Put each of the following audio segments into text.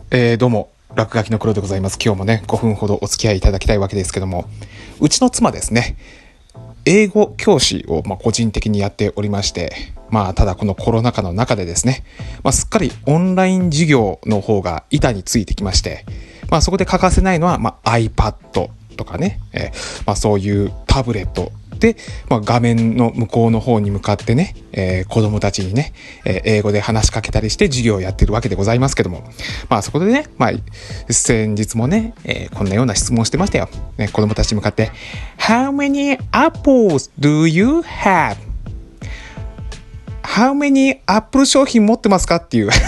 どうも落書きの黒でございます。今日もね5分ほどお付き合いいただきたいわけですけども、うちの妻ですね、英語教師を個人的にやっておりまして、ただこのコロナ禍の中でですね、すっかりオンライン授業の方が板についてきまして、そこで欠かせないのは、iPad とかね、そういうタブレットで、画面の向こうの方に向かってね、子供たちにね、英語で話しかけたりして授業をやってるわけでございますけども、そこでね、先日もね、こんなような質問をしてましたよ、ね、子供たちに向かって How many apples do you have? How many Apple 商品持ってますかっていう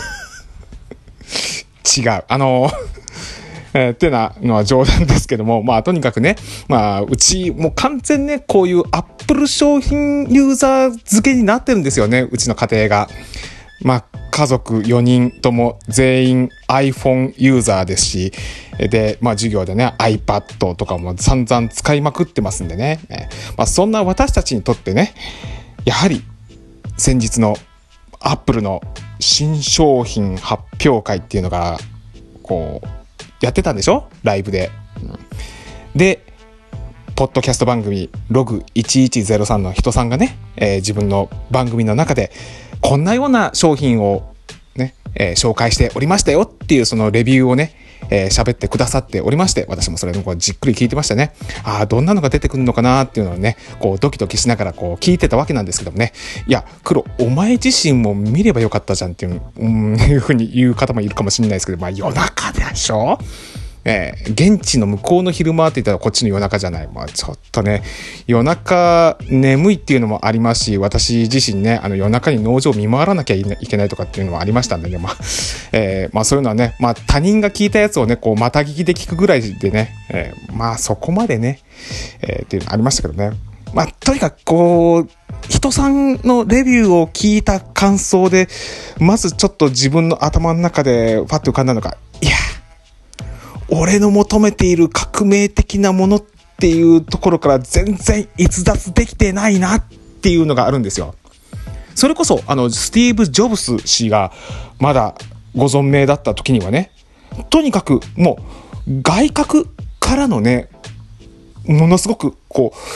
違うっていうのは冗談ですけども、とにかくね、うちもう完全ね、こういうアップル商品ユーザー付けになってるんですよね、うちの家庭が。家族4人とも全員 iPhone ユーザーですし、で、授業でね、iPad とかも散々使いまくってますんでね、そんな私たちにとってね、やはり先日のアップルの新商品発表会っていうのが、やってたんでしょ、ライブで。で、ポッドキャスト番組ログ1103の人さんがね、自分の番組の中でこんなような商品をね、紹介しておりましたよっていうそのレビューをね、喋ってくださっておりまして、私もそれのじっくり聞いてましたね。どんなのが出てくるのかなっていうのをね、ドキドキしながら聞いてたわけなんですけどもね。いや、黒、お前自身も見ればよかったじゃんっていうふうに言う方もいるかもしれないですけど、夜中でしょ。現地の向こうの昼間って言ったらこっちの夜中じゃない。ちょっとね、夜中眠いっていうのもありますし、私自身ね、夜中に農場を見回らなきゃいけないとかっていうのもありましたんでね、そういうのはね、他人が聞いたやつをね、また聞きで聞くぐらいでね、そこまでね、っていうのありましたけどね。とにかく人さんのレビューを聞いた感想で、まずちょっと自分の頭の中でパッと浮かんだのが、いや、俺の求めている革命的なものっていうところから全然逸脱できてないなっていうのがあるんですよ。それこそスティーブ・ジョブス氏がまだご存命だった時にはね、とにかくもう外角からのね、ものすごく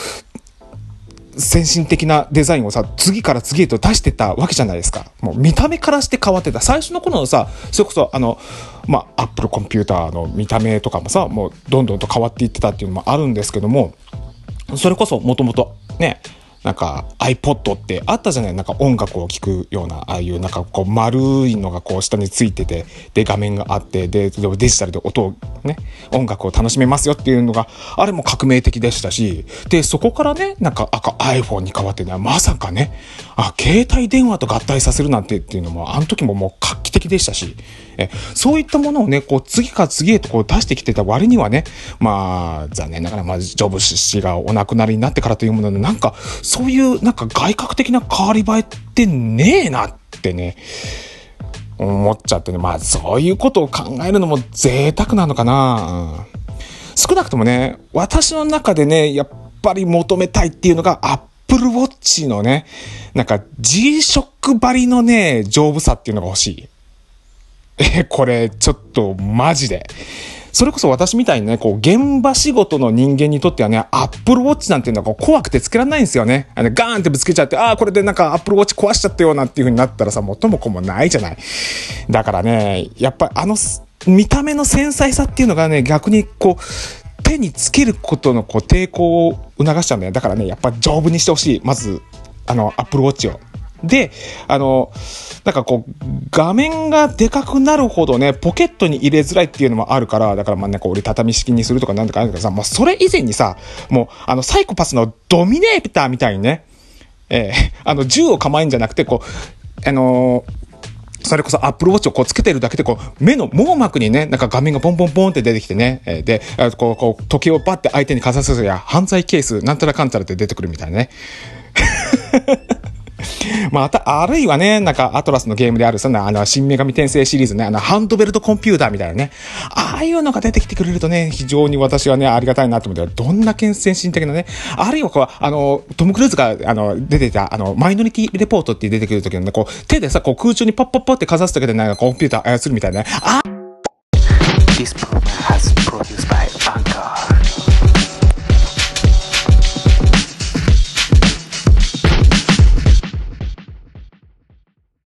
先進的なデザインを次から次へと出してたわけじゃないですか。もう見た目からして変わってた。最初の頃のそれこそアップルコンピューターの見た目とかももうどんどんと変わっていってたっていうのもあるんですけども、それこそもともとね、iPod ってあったじゃない、音楽を聴くような、ああいう丸いのが下についてて、で画面があって、でデジタルで音をね、音楽を楽しめますよっていうのが、あれも革命的でしたし、でそこからね、iPhone に変わってね、まさかね、携帯電話と合体させるなんてっていうのも、あの時ももう画期的でしたし、そういったものをね、次から次へと出してきてた割にはね、残念ながらジョブス氏がお亡くなりになってからというもので、そういう外角的な変わり映えってねえなってね、思っちゃってね。そういうことを考えるのも贅沢なのかな。少なくともね、私の中でね、やっぱり求めたいっていうのがApple Watch のね、G-SHOCK ばりのね、丈夫さっていうのが欲しい。これちょっとマジで。それこそ私みたいにね、現場仕事の人間にとってはね、アップルウォッチなんていうのは怖くてつけられないんですよね。ガーンってぶつけちゃって、これでアップルウォッチ壊しちゃったよなっていう風になったら元も子もないじゃない。だからね、やっぱり見た目の繊細さっていうのがね、逆に手につけることの抵抗を促しちゃうんだよ。だからね、やっぱ丈夫にしてほしい。まず、アップルウォッチを。で、画面がでかくなるほどね、ポケットに入れづらいっていうのもあるから、だから折りたたみ式にするとかなんとかあるけどもうそれ以前にもうサイコパスのドミネーターみたいにね、銃を構えんじゃなくて、それこそアップルウォッチをつけてるだけで目の網膜にね、画面がポンポンポンって出てきてね、で、時計をバッて相手にかざすや犯罪ケースなんたらかんたらって出てくるみたいなね。あるいはね、アトラスのゲームである新女神転生シリーズね、ハンドベルトコンピューターみたいなね、ああいうのが出てきてくれるとね、非常に私はね、ありがたいなと思って、どんな先進的なね、あるいはトム・クルーズが出てたマイノリティレポートって出てくる時のね、手で空中にポッポッポってかざすだけでコンピューター操るみたいなね、 This program has produced by